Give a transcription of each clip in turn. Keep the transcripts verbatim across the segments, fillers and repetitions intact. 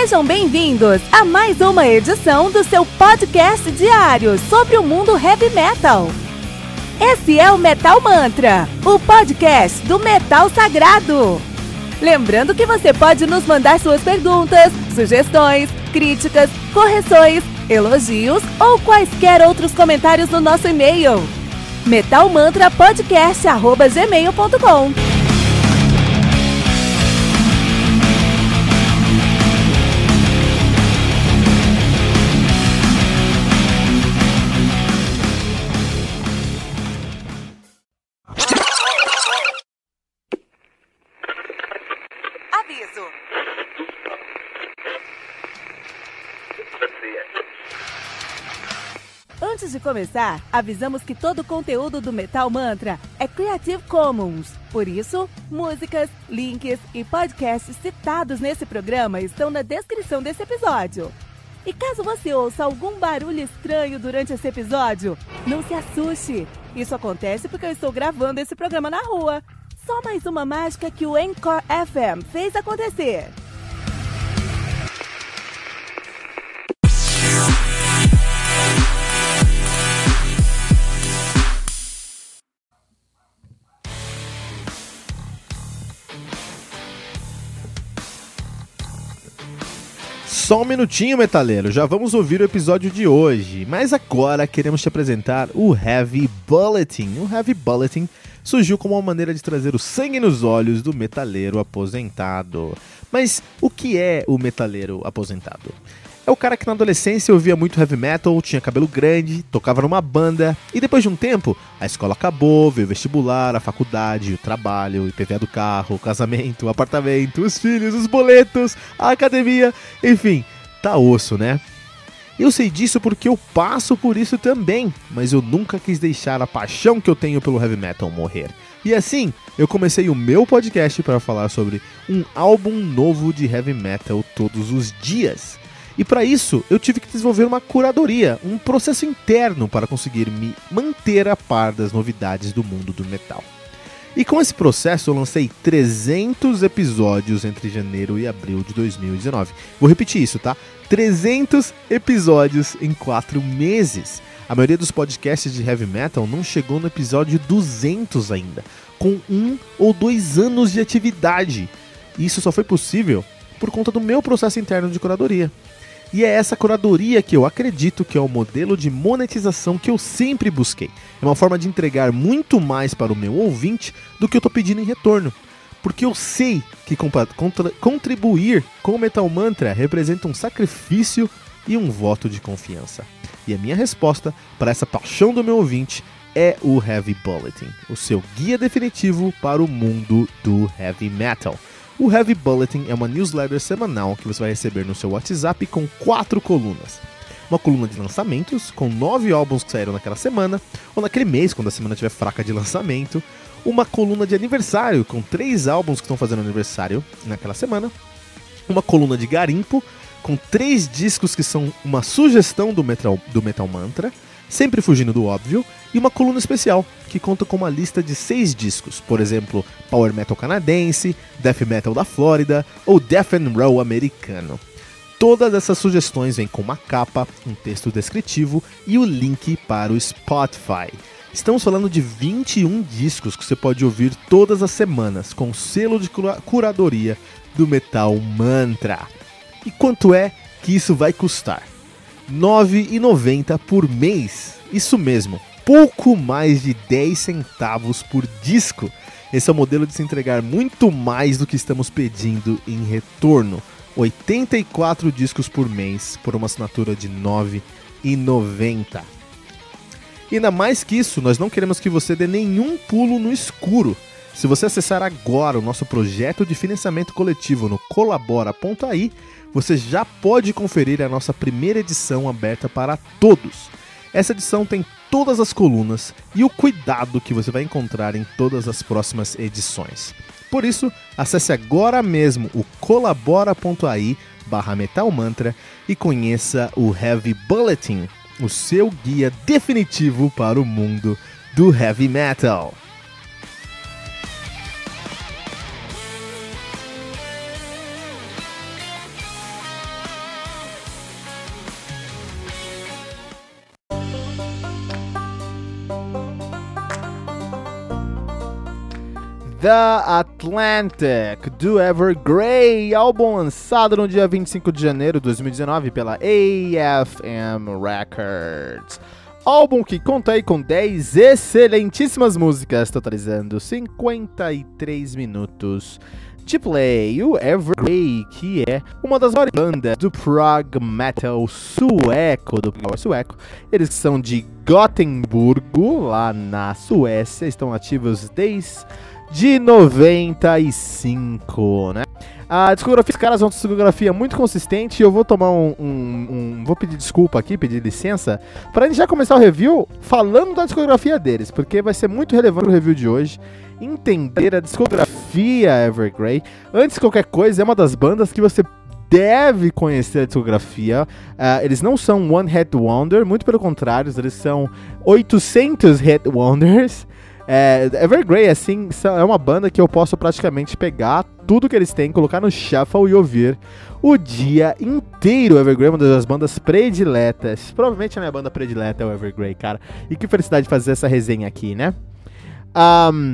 Sejam bem-vindos a mais uma edição do seu podcast diário sobre o mundo heavy metal. Esse é o Metal Mantra, o podcast do metal sagrado. Lembrando que você pode nos mandar suas perguntas, sugestões, críticas, correções, elogios ou quaisquer outros comentários no nosso e-mail metalmantrapodcast arroba gmail ponto com. Aviso. Antes de começar, avisamos que todo o conteúdo do Metal Mantra é Creative Commons. Por isso, músicas, links e podcasts citados nesse programa estão na descrição desse episódio. E caso você ouça algum barulho estranho durante esse episódio, não se assuste. Isso acontece porque eu estou gravando esse programa na rua. Só mais uma mágica que o Anchor F M fez acontecer. Só um minutinho, metaleiro, já vamos ouvir o episódio de hoje, mas agora queremos te apresentar o Heavy Bulletin. O Heavy Bulletin surgiu como uma maneira de trazer o sangue nos olhos do metaleiro aposentado. Mas o que é o metaleiro aposentado? É o cara que na adolescência ouvia muito heavy metal, tinha cabelo grande, tocava numa banda e depois de um tempo a escola acabou, veio o vestibular, a faculdade, o trabalho, o I P V A do carro, o casamento, o apartamento, os filhos, os boletos, a academia, enfim, tá osso, né? Eu sei disso porque eu passo por isso também, mas eu nunca quis deixar a paixão que eu tenho pelo heavy metal morrer. E assim, eu comecei o meu podcast para falar sobre um álbum novo de heavy metal todos os dias. E para isso, eu tive que desenvolver uma curadoria, um processo interno para conseguir me manter a par das novidades do mundo do metal. E com esse processo eu lancei trezentos episódios entre janeiro e abril de dois mil e dezenove. Vou repetir isso, tá? trezentos episódios em quatro meses. A maioria dos podcasts de heavy metal não chegou no episódio duzentos ainda, com um ou dois anos de atividade. E isso só foi possível por conta do meu processo interno de curadoria. E é essa curadoria que eu acredito que é o modelo de monetização que eu sempre busquei. É uma forma de entregar muito mais para o meu ouvinte do que eu estou pedindo em retorno. Porque eu sei que contra- contribuir com o Metal Mantra representa um sacrifício e um voto de confiança. E a minha resposta para essa paixão do meu ouvinte é o Heavy Bulletin, o seu guia definitivo para o mundo do heavy metal. O Heavy Bulletin é uma newsletter semanal que você vai receber no seu WhatsApp com quatro colunas. Uma coluna de lançamentos, com nove álbuns que saíram naquela semana, ou naquele mês, quando a semana estiver fraca de lançamento. Uma coluna de aniversário, com três álbuns que estão fazendo aniversário naquela semana. Uma coluna de garimpo, com três discos que são uma sugestão do Metal, do Metal Mantra, sempre fugindo do óbvio, e uma coluna especial, que conta com uma lista de seis discos, por exemplo, Power Metal canadense, Death Metal da Flórida ou Death and Roll americano. Todas essas sugestões vêm com uma capa, um texto descritivo e o link para o Spotify. Estamos falando de vinte e um discos que você pode ouvir todas as semanas, com selo de curadoria do Metal Mantra. E quanto é que isso vai custar? nove reais e noventa centavos por mês, isso mesmo, pouco mais de dez centavos por disco. Esse é o modelo de se entregar muito mais do que estamos pedindo em retorno. oitenta e quatro discos por mês por uma assinatura de nove reais e noventa centavos. E ainda mais que isso, nós não queremos que você dê nenhum pulo no escuro. Se você acessar agora o nosso projeto de financiamento coletivo no colabora ponto a i, você já pode conferir a nossa primeira edição aberta para todos. Essa edição tem todas as colunas e o cuidado que você vai encontrar em todas as próximas edições. Por isso, acesse agora mesmo o colabora ponto a i barra Metal Mantra e conheça o Heavy Bulletin, o seu guia definitivo para o mundo do heavy metal. The Atlantic, do Evergrey, álbum lançado no dia vinte e cinco de janeiro de dois mil e dezenove pela A F M Records. Álbum que conta aí com dez excelentíssimas músicas, totalizando cinquenta e três minutos de play. O Evergrey, que é uma das maiores bandas do prog metal sueco, do power sueco. Eles são de Gotemburgo, lá na Suécia, estão ativos desde noventa e cinco, né? A discografia, os caras é uma discografia muito consistente e eu vou tomar um, um, um... Vou pedir desculpa aqui, pedir licença, pra gente já começar o review falando da discografia deles, porque vai ser muito relevante o review de hoje, entender a discografia Evergrey. Antes de qualquer coisa, é uma das bandas que você deve conhecer a discografia. Uh, eles não são One Hit Wonder, muito pelo contrário, eles são oitocentos Hit Wonders. É, Evergrey, assim, é uma banda que eu posso praticamente pegar tudo que eles têm, colocar no shuffle e ouvir o dia inteiro. Evergrey é uma das bandas prediletas. Provavelmente a minha banda predileta é o Evergrey, cara. E que felicidade fazer essa resenha aqui, né? Um,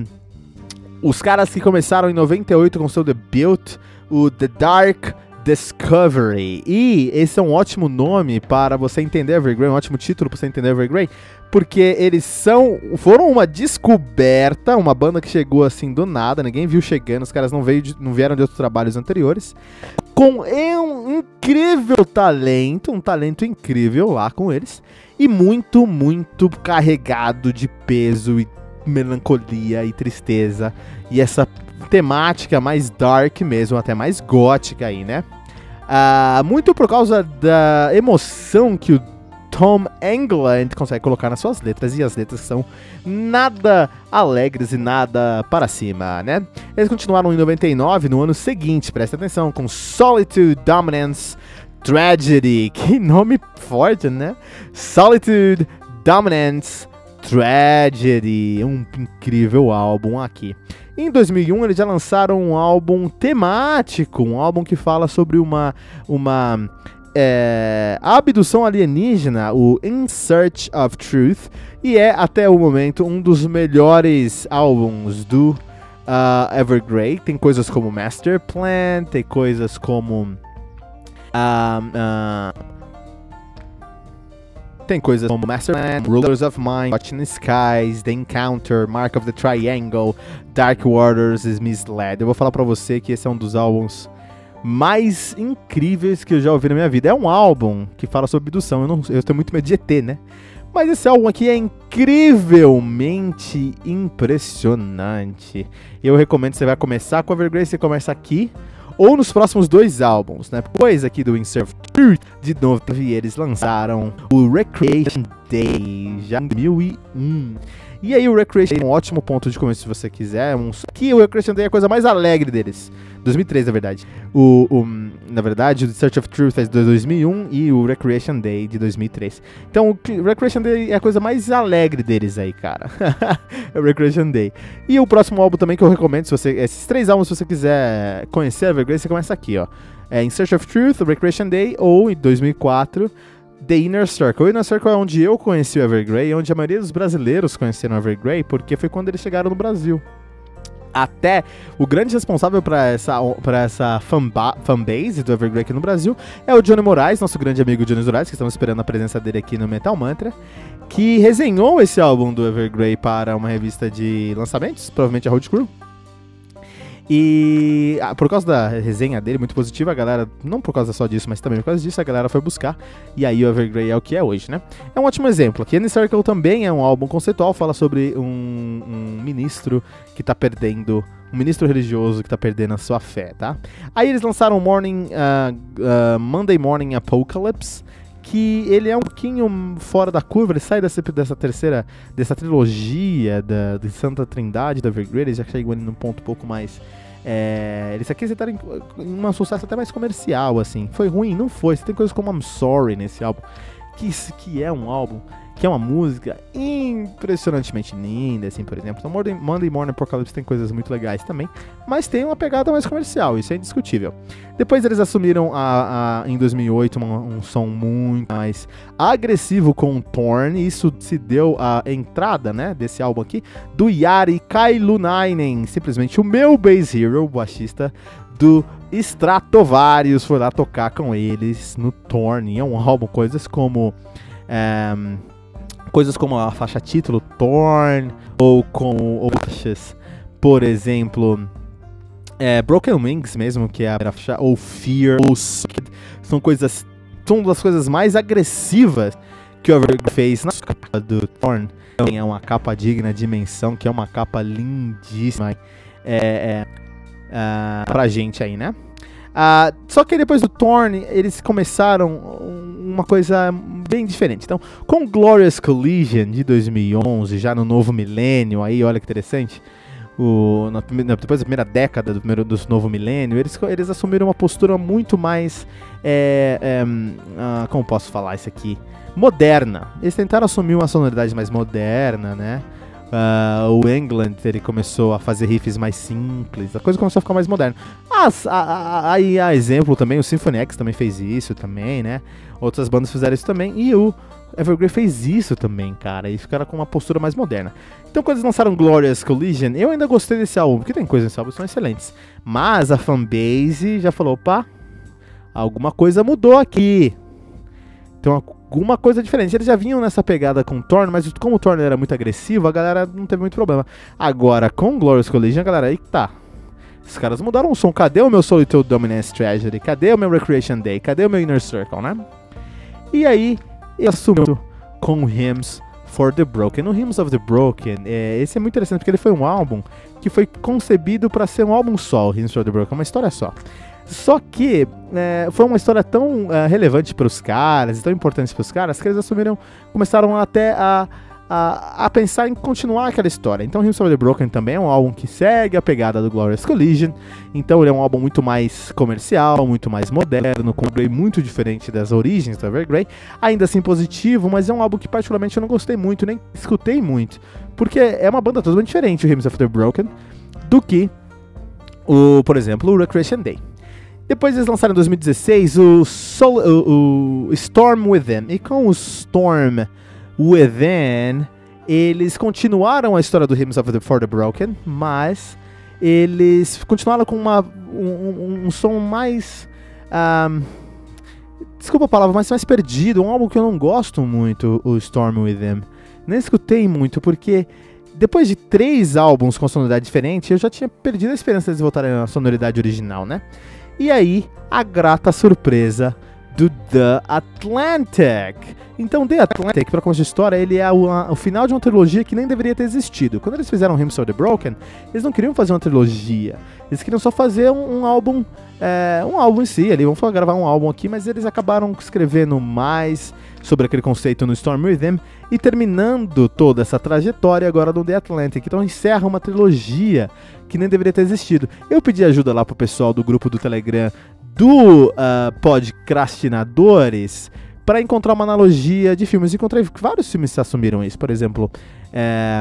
os caras que começaram em noventa e oito com seu debut, o The Dark Discovery. E esse é um ótimo nome para você entender Evergrey, um ótimo título para você entender Evergrey, porque eles são, foram uma descoberta, uma banda que chegou assim do nada, ninguém viu chegando, os caras não, veio de, não vieram de outros trabalhos anteriores, com um incrível talento, um talento incrível lá com eles, e muito, muito carregado de peso e melancolia e tristeza, e essa temática mais dark mesmo, até mais gótica aí, né? Uh, muito por causa da emoção que o Tom Englund consegue colocar nas suas letras, e as letras são nada alegres e nada para cima, né? Eles continuaram em noventa e nove, no ano seguinte, presta atenção, com Solitude, Dominance, Tragedy. Que nome forte, né? Solitude, Dominance, Tragedy, um incrível álbum aqui. Em dois mil e um eles já lançaram um álbum temático, um álbum que fala sobre uma, uma é, abdução alienígena, o In Search of Truth, e é até o momento um dos melhores álbuns do uh, Evergrey. Tem coisas como Master Plan, tem coisas como... Uh, uh, Tem coisas como Masterman, Rulers of Mind, Watching the Skies, The Encounter, Mark of the Triangle, Dark Waters is Misled. Eu vou falar pra você que esse é um dos álbuns mais incríveis que eu já ouvi na minha vida. É um álbum que fala sobre abdução, eu, não, eu tenho muito medo de E T, né? Mas esse álbum aqui é incrivelmente impressionante. Eu recomendo que você vai começar com a Evergrey, você começa aqui, ou nos próximos dois álbuns, né? Depois aqui do In Search of Truth, de novo, eles lançaram o Recreation Day, já em dois mil e um. E aí o Recreation Day é um ótimo ponto de começo se você quiser. Um... Aqui o Recreation Day é a coisa mais alegre deles. dois mil e três, na verdade. O, o, na verdade, o Search of Truth é de dois mil e um e o Recreation Day de dois mil e três. Então o Recreation Day é a coisa mais alegre deles aí, cara. É o Recreation Day. E o próximo álbum também que eu recomendo, se você, esses três álbuns, se você quiser conhecer a Evergrey, você começa aqui, ó. É In Search of Truth, Recreation Day, ou em dois mil e quatro, The Inner Circle. O Inner Circle é onde eu conheci o Evergrey, onde a maioria dos brasileiros conheceram o Evergrey, porque foi quando eles chegaram no Brasil. Até o grande responsável para essa, pra essa fanba- fanbase do Evergrey aqui no Brasil é o Johnny Moraes, nosso grande amigo Johnny Moraes, que estamos esperando a presença dele aqui no Metal Mantra, que resenhou esse álbum do Evergrey para uma revista de lançamentos, provavelmente a Road Crew. E ah, por causa da resenha dele, muito positiva, a galera, não por causa só disso, mas também por causa disso, a galera foi buscar, e aí o Evergrey é o que é hoje, né? É um ótimo exemplo. Aqui Inner Circle também é um álbum conceitual, fala sobre um, um ministro que tá perdendo, um ministro religioso que tá perdendo a sua fé, tá? Aí eles lançaram Morning, uh, uh, Monday Morning Apocalypse, que ele é um pouquinho fora da curva, ele sai dessa, dessa terceira, dessa trilogia da, de Santa Trindade da Evergrey, ele já chegou ali num ponto um pouco mais... É, eles aqui acertaram em, em um sucesso até mais comercial, assim. Foi ruim? Não foi. Você tem coisas como I'm Sorry nesse álbum, que, que é um álbum, que é uma música impressionantemente linda, assim, por exemplo. Então, Monday Morning Apocalypse tem coisas muito legais também, mas tem uma pegada mais comercial, isso é indiscutível. Depois eles assumiram, a, a, em dois mil e oito, uma, um som muito mais agressivo com o Torn, e isso se deu a entrada, né, desse álbum aqui, do Jari Kailunainen, simplesmente o meu bass hero, o baixista do Stratovarius, foi lá tocar com eles no Torn. E é um álbum, coisas como... É, coisas como a faixa título Torn, ou com outras, por exemplo, é, Broken Wings mesmo, que é a faixa, ou Fear, ou Sucked, são coisas, são das coisas mais agressivas que o Evergrey fez na capa do Torn. É uma capa digna de menção, que é uma capa lindíssima é, é, é, pra gente aí, né? Uh, só que depois do Torn, eles começaram uma coisa bem diferente. Então, com Glorious Collision de dois mil e onze, já no novo milênio, aí olha que interessante, o, na, depois da primeira década do, primeiro, do novo milênio, eles, eles assumiram uma postura muito mais, é, é, uh, como posso falar isso aqui, moderna. Eles tentaram assumir uma sonoridade mais moderna, né? Uh, o England, ele começou a fazer riffs mais simples, a coisa começou a ficar mais moderna. As, a, a, aí a exemplo também, o Symphony X também fez isso também, né? Outras bandas fizeram isso também, e o Evergrey fez isso também, cara, e ficaram com uma postura mais moderna. Então quando eles lançaram Glorious Collision, eu ainda gostei desse álbum, porque tem coisas nesse álbum que são excelentes, mas a fanbase já falou, opa, alguma coisa mudou aqui. Então alguma coisa diferente. Eles já vinham nessa pegada com o Torn, mas como o Torn era muito agressivo, a galera não teve muito problema. Agora, com Glorious Collision, a galera, aí tá. Os caras mudaram o som. Cadê o meu Solitude Dominance Tragedy? Cadê o meu Recreation Day? Cadê o meu Inner Circle, né? E aí, ele assumiu com Hymns for the Broken. O Hymns of the Broken, é, esse é muito interessante, porque ele foi um álbum que foi concebido para ser um álbum só, o Hymns for the Broken, uma história só. Só que é, foi uma história tão é, relevante para os caras, tão importante para os caras, que eles assumiram, começaram até a, a, a pensar em continuar aquela história. Então, Hymns for the Broken também é um álbum que segue a pegada do Glorious Collision. Então, ele é um álbum muito mais comercial, muito mais moderno, com um Evergrey muito diferente das origens do Evergrey. Ainda assim positivo, mas é um álbum que particularmente eu não gostei muito, nem escutei muito, porque é uma banda totalmente diferente, o Hymns of the Broken, do que, o, por exemplo, o Recreation Day. Depois eles lançaram em dois mil e dezesseis o, Sol, o, o Storm Within. E com o Storm Within, eles continuaram a história do Hymns of the, for the Broken, mas eles continuaram com uma, um, um, um som mais... Um, desculpa a palavra, mas mais perdido. Um álbum que eu não gosto muito, o Storm Within. Nem escutei muito, porque... Depois de três álbuns com sonoridade diferente, eu já tinha perdido a esperança de eles voltarem à sonoridade original, né? E aí, a grata surpresa do The Atlantic. Então, The Atlantic, para começar a história, ele é o, a, o final de uma trilogia que nem deveria ter existido. Quando eles fizeram Hymns for the Broken, eles não queriam fazer uma trilogia. Eles queriam só fazer um, um álbum, é, um álbum em si. Ali, vamos gravar um álbum aqui, mas eles acabaram escrevendo mais sobre aquele conceito no Storm Within e terminando toda essa trajetória agora no The Atlantic. Então encerra uma trilogia que nem deveria ter existido. Eu pedi ajuda lá pro pessoal do grupo do Telegram do uh, Podcrastinadores para encontrar uma analogia de filmes. Encontrei vários filmes que assumiram isso. Por exemplo, é...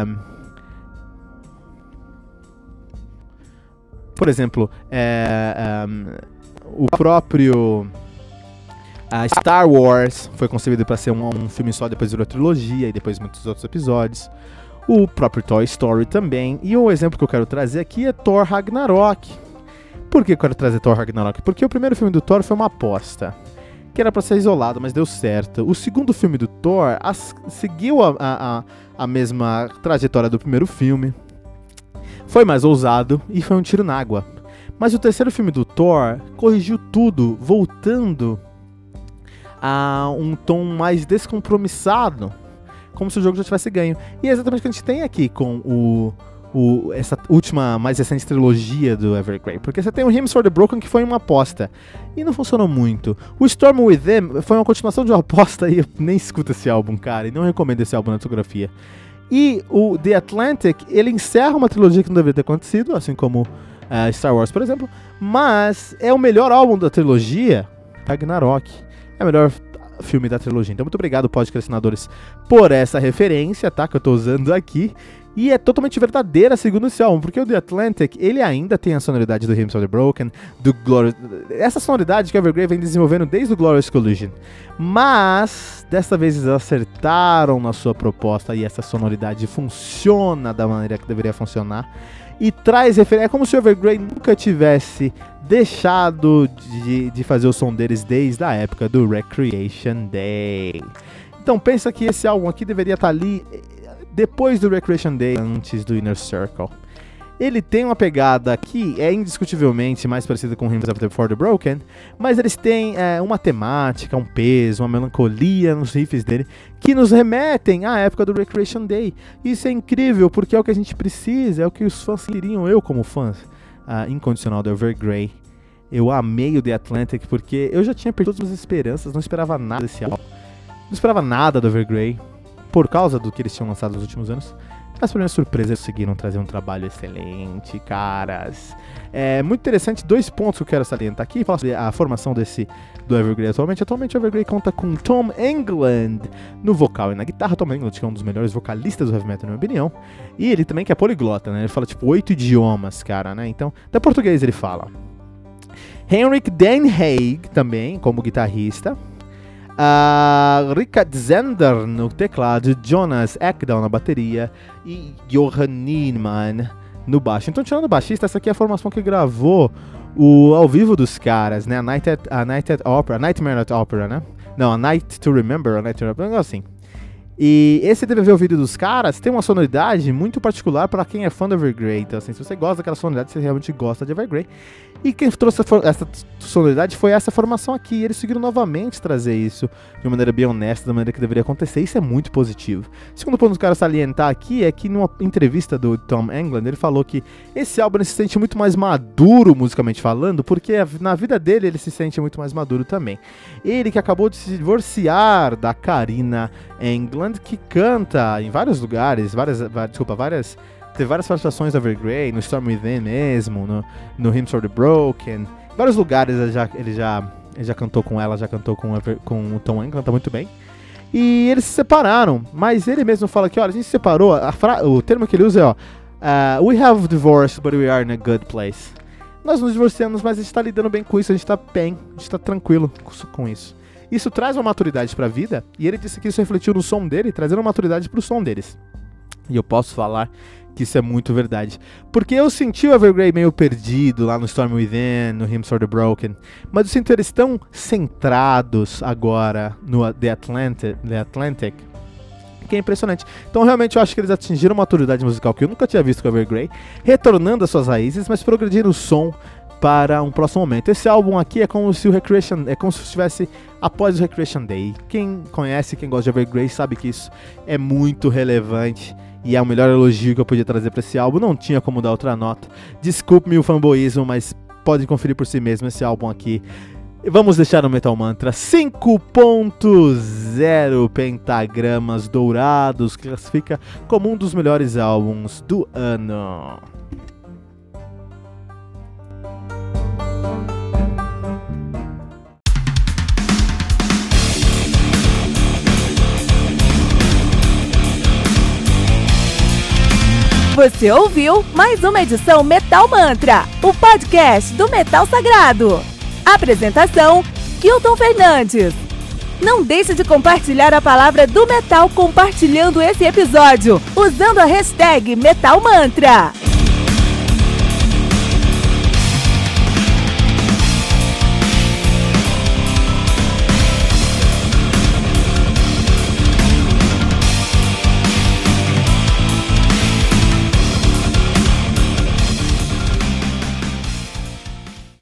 por exemplo, é... um, o próprio... A Star Wars foi concebido para ser um, um filme só, depois virou trilogia e depois muitos outros episódios. O próprio Toy Story também. E o exemplo que eu quero trazer aqui é Thor Ragnarok. Por que eu quero trazer Thor Ragnarok? Porque o primeiro filme do Thor foi uma aposta, que era para ser isolado, mas deu certo. O segundo filme do Thor as, seguiu a, a, a mesma trajetória do primeiro filme. Foi mais ousado e foi um tiro na água. Mas o terceiro filme do Thor corrigiu tudo, voltando a um tom mais descompromissado, como se o jogo já tivesse ganho. E é exatamente o que a gente tem aqui com o, o, essa última, mais recente trilogia do Evergrey. Porque você tem o Hymns for the Broken, que foi uma aposta e não funcionou muito. O Storm Within foi uma continuação de uma aposta e eu nem escuto esse álbum, cara, e não recomendo esse álbum na discografia. E o The Atlantic, ele encerra uma trilogia que não deveria ter acontecido, assim como uh, Star Wars, por exemplo, mas é o melhor álbum da trilogia, Ragnarok. É o melhor filme da trilogia. Então, muito obrigado, podcastinadores, por essa referência, tá? Que eu tô usando aqui. E é totalmente verdadeira, segundo esse álbum, porque o The Atlantic, ele ainda tem a sonoridade do Hymns of the Broken, do Glorious... Essa sonoridade que o Evergrey vem desenvolvendo desde o Glorious Collision. Mas, dessa vez eles acertaram na sua proposta e essa sonoridade funciona da maneira que deveria funcionar. E traz referência... É como se o Evergrey nunca tivesse deixado de, de fazer o som deles desde a época do Recreation Day. Então pensa que esse álbum aqui deveria estar ali depois do Recreation Day, antes do Inner Circle. Ele tem uma pegada que é indiscutivelmente mais parecida com Hymns of the For the Broken, mas eles têm é, uma temática, um peso, uma melancolia nos riffs dele, que nos remetem à época do Recreation Day. Isso é incrível, porque é o que a gente precisa, é o que os fãs queriam, eu como fã uh, incondicional do Evergrey. Eu amei o The Atlantic, porque eu já tinha perdido todas as esperanças, não esperava nada desse álbum. Não esperava nada do Evergrey, por causa do que eles tinham lançado nos últimos anos. Mas para minha surpresa, eles conseguiram trazer um trabalho excelente, caras. É muito interessante, dois pontos que eu quero salientar aqui. Falar sobre a formação desse, do Evergrey atualmente. Atualmente o Evergrey conta com Tom Englund no vocal e na guitarra. Tom Englund, que é um dos melhores vocalistas do heavy metal, na minha opinião. E ele também que é poliglota, né? Ele fala tipo oito idiomas, cara, né? Então, até português ele fala. Henrik Den Haag também, como guitarrista. Uh, Richard Zender no teclado, Jonas Ekdahl na bateria e Johan Niemann no baixo. Então, tirando o baixista, essa aqui é a formação que gravou o ao vivo dos caras, né? A Night at, a Night at Opera, a Nightmare at Opera, né? Não, a Night to Remember, a Night to Remember, assim. E esse D V D o vídeo dos caras tem uma sonoridade muito particular para quem é fã do Evergrey. Então, assim, se você gosta daquela sonoridade, você realmente gosta de Evergrey. E quem trouxe essa sonoridade foi essa formação aqui. E eles conseguiram novamente trazer isso de uma maneira bem honesta, da maneira que deveria acontecer. Isso é muito positivo. O segundo ponto que eu quero salientar aqui é que numa entrevista do Tom Englund, ele falou que esse álbum ele se sente muito mais maduro musicalmente falando, porque na vida dele ele se sente muito mais maduro também. Ele que acabou de se divorciar da Karina Englund, que canta em vários lugares, várias, desculpa, várias... Teve várias participações da Evergrey, no Storm Within mesmo, no, no Hymns for the Broken. Em vários lugares ele já, ele já, ele já cantou com ela, já cantou com, com o Tom Englund, canta muito bem. E eles se separaram, mas ele mesmo fala que, olha, a gente se separou, a fra- o termo que ele usa é, ó, uh, we have divorced, but we are in a good place. Nós nos divorciamos, mas a gente tá lidando bem com isso, a gente tá bem, a gente tá tranquilo com isso. Isso traz uma maturidade pra vida, e ele disse que isso refletiu no som dele, trazendo uma maturidade pro som deles. E eu posso falar que isso é muito verdade. Porque eu senti o Evergrey meio perdido lá no Storm Within, no Hymns for the Broken. Mas eu sinto eles tão centrados agora no The Atlantic, The Atlantic, que é impressionante. Então realmente eu acho que eles atingiram uma maturidade musical que eu nunca tinha visto com o Evergrey, retornando às suas raízes, mas progredindo o som para um próximo momento. Esse álbum aqui é como se o Recreation, é como se estivesse após o Recreation Day. Quem conhece, quem gosta de Evergrey sabe que isso é muito relevante. E é o melhor elogio que eu podia trazer para esse álbum. Não tinha como dar outra nota. Desculpe-me o fanboísmo, mas podem conferir por si mesmo esse álbum aqui. Vamos deixar no Metal Mantra cinco ponto zero pentagramas dourados, que classifica como um dos melhores álbuns do ano. Você ouviu mais uma edição Metal Mantra, o podcast do Metal Sagrado. Apresentação, Kilton Fernandes. Não deixe de compartilhar a palavra do metal compartilhando esse episódio, usando a hashtag Metal Mantra.